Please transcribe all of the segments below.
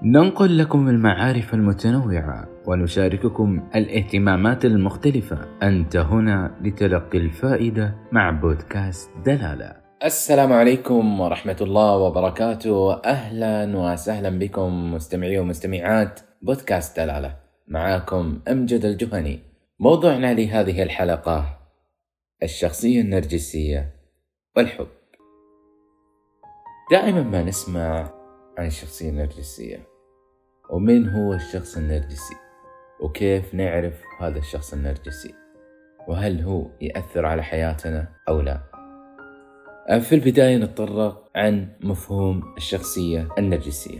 ننقل لكم المعارف المتنوعة ونشارككم الاهتمامات المختلفة. أنت هنا لتلقي الفائدة مع بودكاست دلالة. السلام عليكم ورحمة الله وبركاته. أهلا وسهلا بكم مستمعي ومستمعات بودكاست دلالة. معاكم أمجد الجهني. موضوعنا لهذه الحلقة الشخصية النرجسية والحب. دائما ما نسمع عن الشخصية النرجسية، ومن هو الشخص النرجسي، وكيف نعرف هذا الشخص النرجسي، وهل هو يأثر على حياتنا أو لا. في البداية نتطرق عن مفهوم الشخصية النرجسية.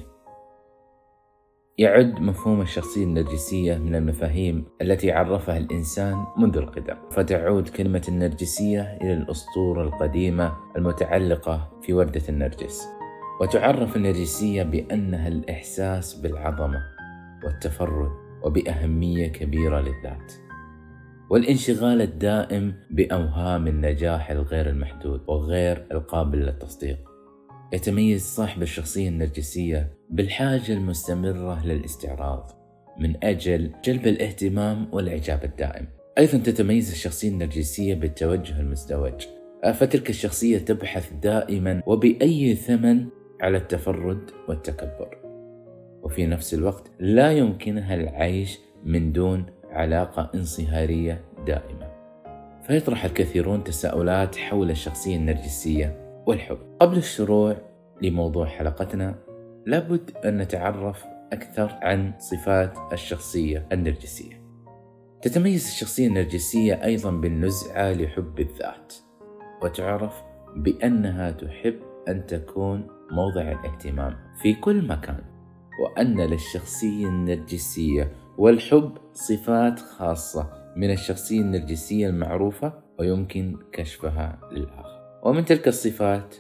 يعد مفهوم الشخصية النرجسية من المفاهيم التي عرفها الإنسان منذ القدم، فتعود كلمة النرجسية إلى الأسطورة القديمة المتعلقة في وردة النرجس، وتعرف النرجسية بأنها الإحساس بالعظمة والتفرد وبأهمية كبيرة للذات، والانشغال الدائم بأوهام النجاح الغير المحدود وغير القابل للتصديق. يتميز صاحب الشخصية النرجسية بالحاجة المستمرة للاستعراض من أجل جلب الاهتمام والإعجاب الدائم. أيضا تتميز الشخصية النرجسية بالتوجه المزدوج، فتلك الشخصية تبحث دائما وبأي ثمن على التفرد والتكبر، وفي نفس الوقت لا يمكنها العيش من دون علاقة انصهارية دائمة. فيطرح الكثيرون تساؤلات حول الشخصية النرجسية والحب. قبل الشروع لموضوع حلقتنا لابد أن نتعرف أكثر عن صفات الشخصية النرجسية. تتميز الشخصية النرجسية أيضا بالنزعة لحب الذات، وتعرف بأنها تحب أن تكون موضع الاهتمام في كل مكان، وأن للشخصية النرجسية والحب صفات خاصة من الشخصية النرجسية المعروفة ويمكن كشفها للآخر. ومن تلك الصفات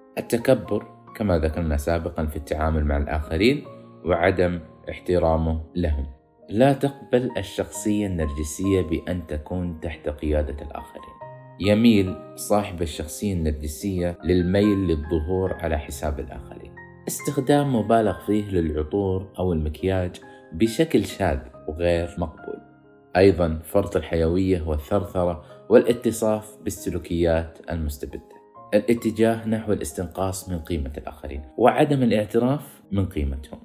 التكبر كما ذكرنا سابقا في التعامل مع الآخرين وعدم احترامه لهم. لا تقبل الشخصية النرجسية بأن تكون تحت قيادة الآخرين. يميل صاحب الشخصية النرجسية للميل للظهور على حساب الآخرين. استخدام مبالغ فيه للعطور أو المكياج بشكل شاذ وغير مقبول. أيضا فرط الحيوية والثرثرة والاتصاف بالسلوكيات المستبدة. الاتجاه نحو الاستنقاص من قيمة الآخرين وعدم الاعتراف من قيمتهم.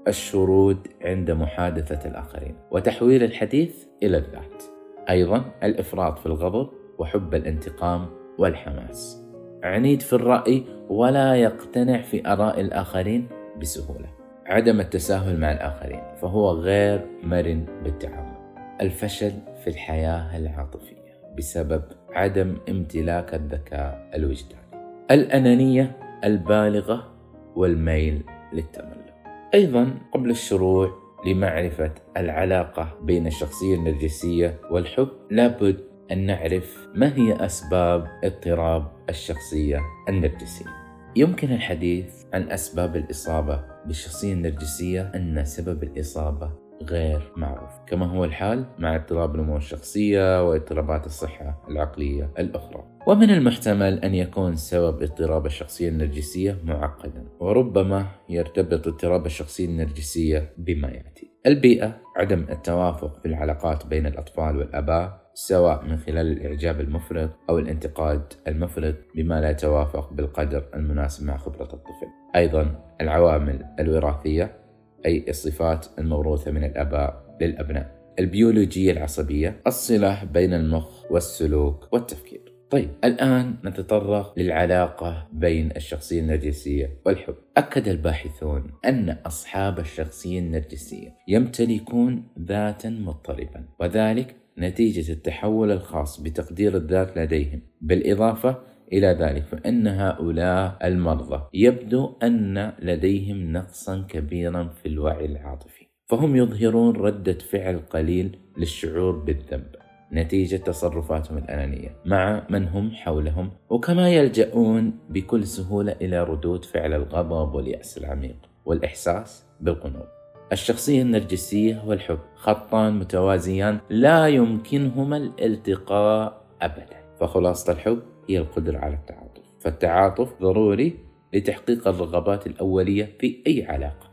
الشرود عند محادثة الآخرين وتحويل الحديث إلى الذات. أيضا الإفراط في الغضب وحب الانتقام والحماس. عنيد في الرأي ولا يقتنع في آراء الآخرين بسهولة. عدم التساهل مع الآخرين، فهو غير مرن بالتعامل. الفشل في الحياة العاطفية بسبب عدم امتلاك الذكاء الوجداني. الأنانية البالغة والميل للتملك. أيضا قبل الشروع لمعرفة العلاقة بين الشخصية النرجسية والحب لابد أن نعرف ما هي أسباب اضطراب الشخصية النرجسية. يمكن الحديث عن أسباب الإصابة بالشخصية النرجسية أن سبب الإصابة غير معروف، كما هو الحال مع اضطراب نمو الشخصية واضطرابات الصحة العقلية الأخرى. ومن المحتمل أن يكون سبب اضطراب الشخصية النرجسية معقدا، وربما يرتبط اضطراب الشخصية النرجسية بما يأتي: البيئة، عدم التوافق في العلاقات بين الأطفال والآباء، سواء من خلال الإعجاب المفرط أو الانتقاد المفرط بما لا يتوافق بالقدر المناسب مع خبرة الطفل. أيضا العوامل الوراثية، أي الصفات الموروثة من الآباء للأبناء. البيولوجية العصبية، الصلة بين المخ والسلوك والتفكير. طيب الآن نتطرق للعلاقة بين الشخصية النرجسية والحب. أكد الباحثون أن أصحاب الشخصية النرجسية يمتلكون ذاتا مضطربا، وذلك نتيجة التحول الخاص بتقدير الذات لديهم. بالإضافة إلى ذلك فإن هؤلاء المرضى يبدو أن لديهم نقصا كبيرا في الوعي العاطفي، فهم يظهرون ردة فعل قليل للشعور بالذنب نتيجة تصرفاتهم الأنانية مع من هم حولهم، وكما يلجؤون بكل سهولة إلى ردود فعل الغضب واليأس العميق والإحساس بالقنوط. الشخصية النرجسية والحب خطان متوازيان لا يمكنهما الالتقاء أبدا. فخلاصة الحب هي القدرة على التعاطف، فالتعاطف ضروري لتحقيق الرغبات الأولية في أي علاقة.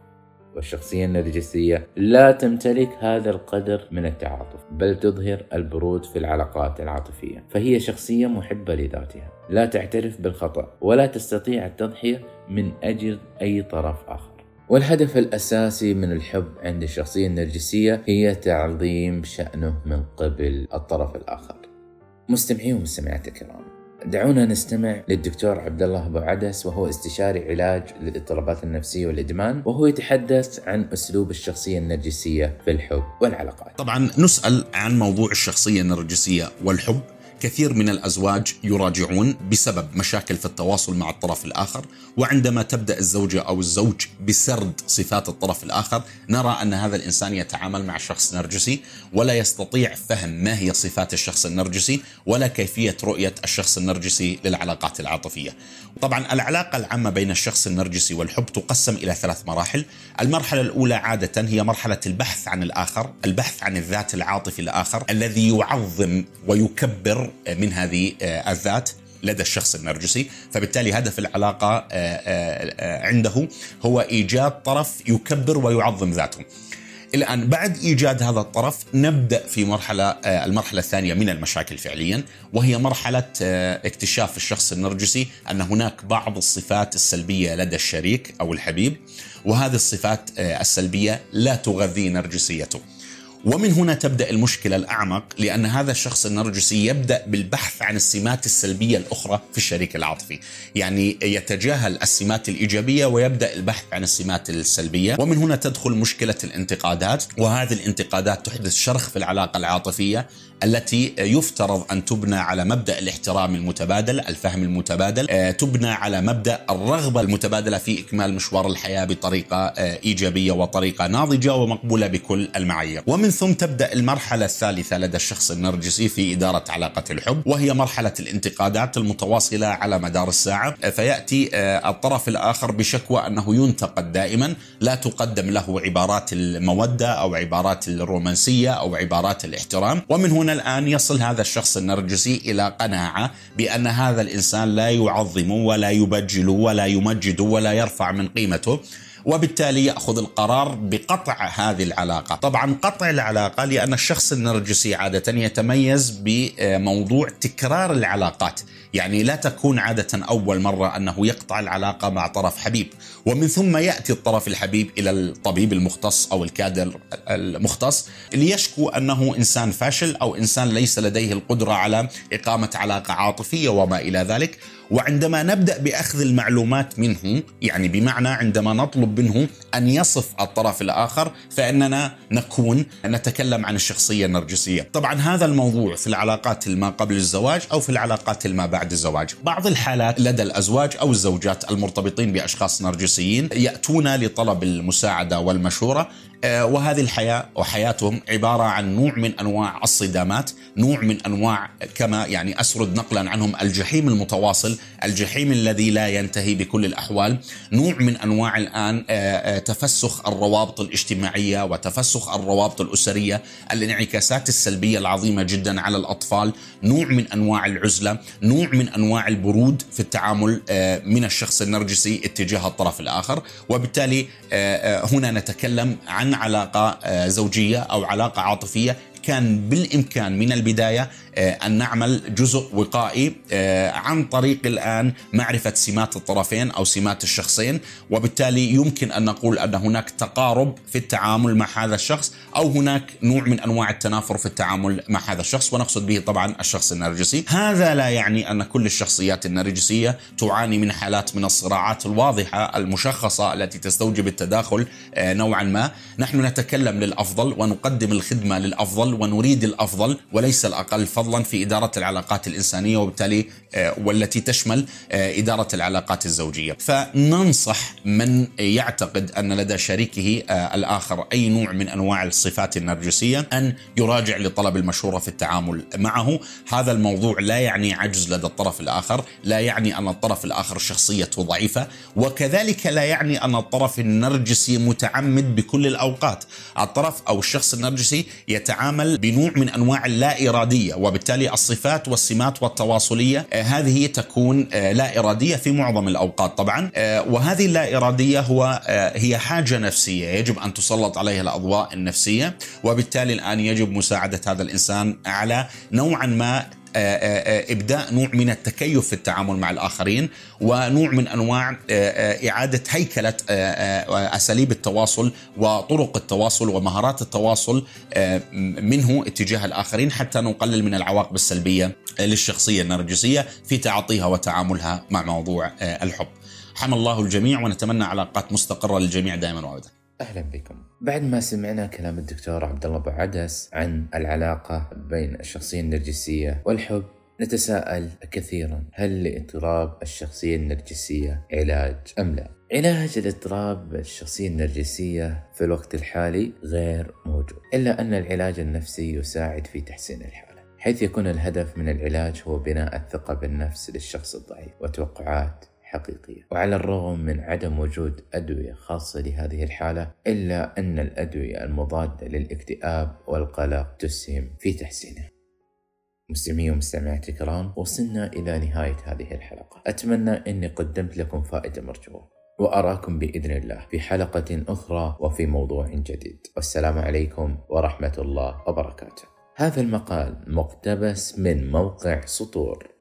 والشخصية النرجسية لا تمتلك هذا القدر من التعاطف، بل تظهر البرود في العلاقات العاطفية. فهي شخصية محبة لذاتها، لا تعترف بالخطأ ولا تستطيع التضحية من أجل أي طرف آخر. والهدف الأساسي من الحب عند الشخصية النرجسية هي تعظيم شأنه من قبل الطرف الآخر. مستمعي ومستمعات الكرام، دعونا نستمع للدكتور عبد الله أبو عدس، وهو استشاري علاج للاضطرابات النفسية والإدمان، وهو يتحدث عن أسلوب الشخصية النرجسية في الحب والعلاقات. طبعا نسأل عن موضوع الشخصية النرجسية والحب. كثير من الأزواج يراجعون بسبب مشاكل في التواصل مع الطرف الآخر، وعندما تبدأ الزوجة أو الزوج بسرد صفات الطرف الآخر نرى أن هذا الإنسان يتعامل مع شخص نرجسي ولا يستطيع فهم ما هي صفات الشخص النرجسي ولا كيفية رؤية الشخص النرجسي للعلاقات العاطفية. طبعا العلاقة العامة بين الشخص النرجسي والحب تقسم إلى 3 مراحل. المرحلة الأولى عادة هي مرحلة البحث عن الآخر، البحث عن الذات العاطفي الآخر الذي يعظم ويكبر من هذه الذات لدى الشخص النرجسي. فبالتالي هدف العلاقة عنده هو إيجاد طرف يكبر ويعظم ذاته. الآن بعد إيجاد هذا الطرف نبدأ في المرحلة الثانية من المشاكل فعليا، وهي مرحلة اكتشاف الشخص النرجسي أن هناك بعض الصفات السلبية لدى الشريك أو الحبيب، وهذه الصفات السلبية لا تغذي نرجسيته. ومن هنا تبدأ المشكلة الأعمق، لأن هذا الشخص النرجسي يبدأ بالبحث عن السمات السلبية الأخرى في الشريك العاطفي، يعني يتجاهل السمات الإيجابية ويبدأ البحث عن السمات السلبية. ومن هنا تدخل مشكلة الانتقادات، وهذه الانتقادات تحدث شرخ في العلاقة العاطفية التي يفترض أن تبنى على مبدأ الاحترام المتبادل، الفهم المتبادل، تبنى على مبدأ الرغبة المتبادلة في إكمال مشوار الحياة بطريقة إيجابية وطريقة ناضجة ومقبولة بكل المعايير. ومن ثم تبدأ المرحلة الثالثة لدى الشخص النرجسي في إدارة علاقة الحب، وهي مرحلة الانتقادات المتواصلة على مدار الساعة. فيأتي الطرف الآخر بشكوى أنه ينتقد دائما، لا تقدم له عبارات المودة أو عبارات الرومانسية أو عبارات الاحترام. ومن هنا الآن يصل هذا الشخص النرجسي إلى قناعة بأن هذا الإنسان لا يعظم ولا يبجل ولا يمجد ولا يرفع من قيمته، وبالتالي يأخذ القرار بقطع هذه العلاقة. طبعا قطع العلاقة لأن الشخص النرجسي عادة يتميز بموضوع تكرار العلاقات، يعني لا تكون عادة أول مرة أنه يقطع العلاقة مع طرف حبيب، ومن ثم يأتي الطرف الحبيب إلى الطبيب المختص أو الكادر المختص ليشكو أنه إنسان فاشل أو إنسان ليس لديه القدرة على إقامة علاقة عاطفية وما إلى ذلك. وعندما نبدأ بأخذ المعلومات منه، يعني بمعنى عندما نطلب منه أن يصف الطرف الآخر، فإننا نتكلم عن الشخصية النرجسية. طبعا هذا الموضوع في العلاقات الما قبل الزواج أو في العلاقات الما بعد الزواج. بعض الحالات لدى الأزواج أو الزوجات المرتبطين بأشخاص نرجسيين يأتون لطلب المساعدة والمشورة، وهذه الحياة وحياتهم عبارة عن نوع من أنواع الصدامات، نوع من أنواع كما يعني أسرد نقلا عنهم الجحيم المتواصل، الجحيم الذي لا ينتهي بكل الأحوال، نوع من أنواع الآن تفسخ الروابط الاجتماعية وتفسخ الروابط الأسرية، الانعكاسات السلبية العظيمة جدا على الأطفال، نوع من أنواع العزلة، نوع من أنواع البرود في التعامل من الشخص النرجسي اتجاه الطرف الآخر. وبالتالي هنا نتكلم عن علاقة زوجية أو علاقة عاطفية كان بالإمكان من البداية أن نعمل جزء وقائي عن طريق الآن معرفة سمات الطرفين أو سمات الشخصين، وبالتالي يمكن أن نقول أن هناك تقارب في التعامل مع هذا الشخص أو هناك نوع من أنواع التنافر في التعامل مع هذا الشخص، ونقصد به طبعا الشخص النرجسي. هذا لا يعني أن كل الشخصيات النرجسية تعاني من حالات من الصراعات الواضحة المشخصة التي تستوجب التداخل نوعا ما. نحن نتكلم للأفضل ونقدم الخدمة للأفضل ونريد الأفضل وليس الأقل فضلا في إدارة العلاقات الإنسانية، وبالتالي والتي تشمل إدارة العلاقات الزوجية. فننصح من يعتقد أن لدى شريكه الآخر أي نوع من أنواع الصفات النرجسية أن يراجع لطلب المشورة في التعامل معه. هذا الموضوع لا يعني عجز لدى الطرف الآخر، لا يعني أن الطرف الآخر شخصيته ضعيفة، وكذلك لا يعني أن الطرف النرجسي متعمد بكل الأوقات. الطرف أو الشخص النرجسي يتعامل بنوع من أنواع اللا إرادية، وبالتالي الصفات والسمات والتواصلية هذه تكون لا إرادية في معظم الأوقات طبعا. وهذه اللا إرادية هي حاجة نفسية يجب أن تسلط عليها الأضواء النفسية، وبالتالي الآن يجب مساعدة هذا الإنسان على نوعا ما إبداء نوع من التكيف في التعامل مع الآخرين، ونوع من أنواع إعادة هيكلة أساليب التواصل وطرق التواصل ومهارات التواصل منه اتجاه الآخرين، حتى نقلل من العواقب السلبية للشخصية النرجسية في تعاطيها وتعاملها مع موضوع الحب. حمى الله الجميع، ونتمنى علاقات مستقرة للجميع دائما وأبدا. أهلا بكم. بعد ما سمعنا كلام الدكتور عبد الله أبو عدس عن العلاقة بين الشخصية النرجسية والحب، نتساءل كثيرا: هل لاضطراب الشخصية النرجسية علاج أم لا؟ علاج الاضطراب الشخصية النرجسية في الوقت الحالي غير موجود، إلا أن العلاج النفسي يساعد في تحسين الحالة، حيث يكون الهدف من العلاج هو بناء الثقة بالنفس للشخص الضعيف وتوقعات حقيقية. وعلى الرغم من عدم وجود أدوية خاصة لهذه الحالة، إلا أن الأدوية المضادة للاكتئاب والقلق تسهم في تحسينه. مستمعي ومستمعاتي الكرام، وصلنا إلى نهاية هذه الحلقة. أتمنى أني قدمت لكم فائدة مرجوة، وأراكم بإذن الله في حلقة أخرى وفي موضوع جديد. والسلام عليكم ورحمة الله وبركاته. هذا المقال مقتبس من موقع سطور.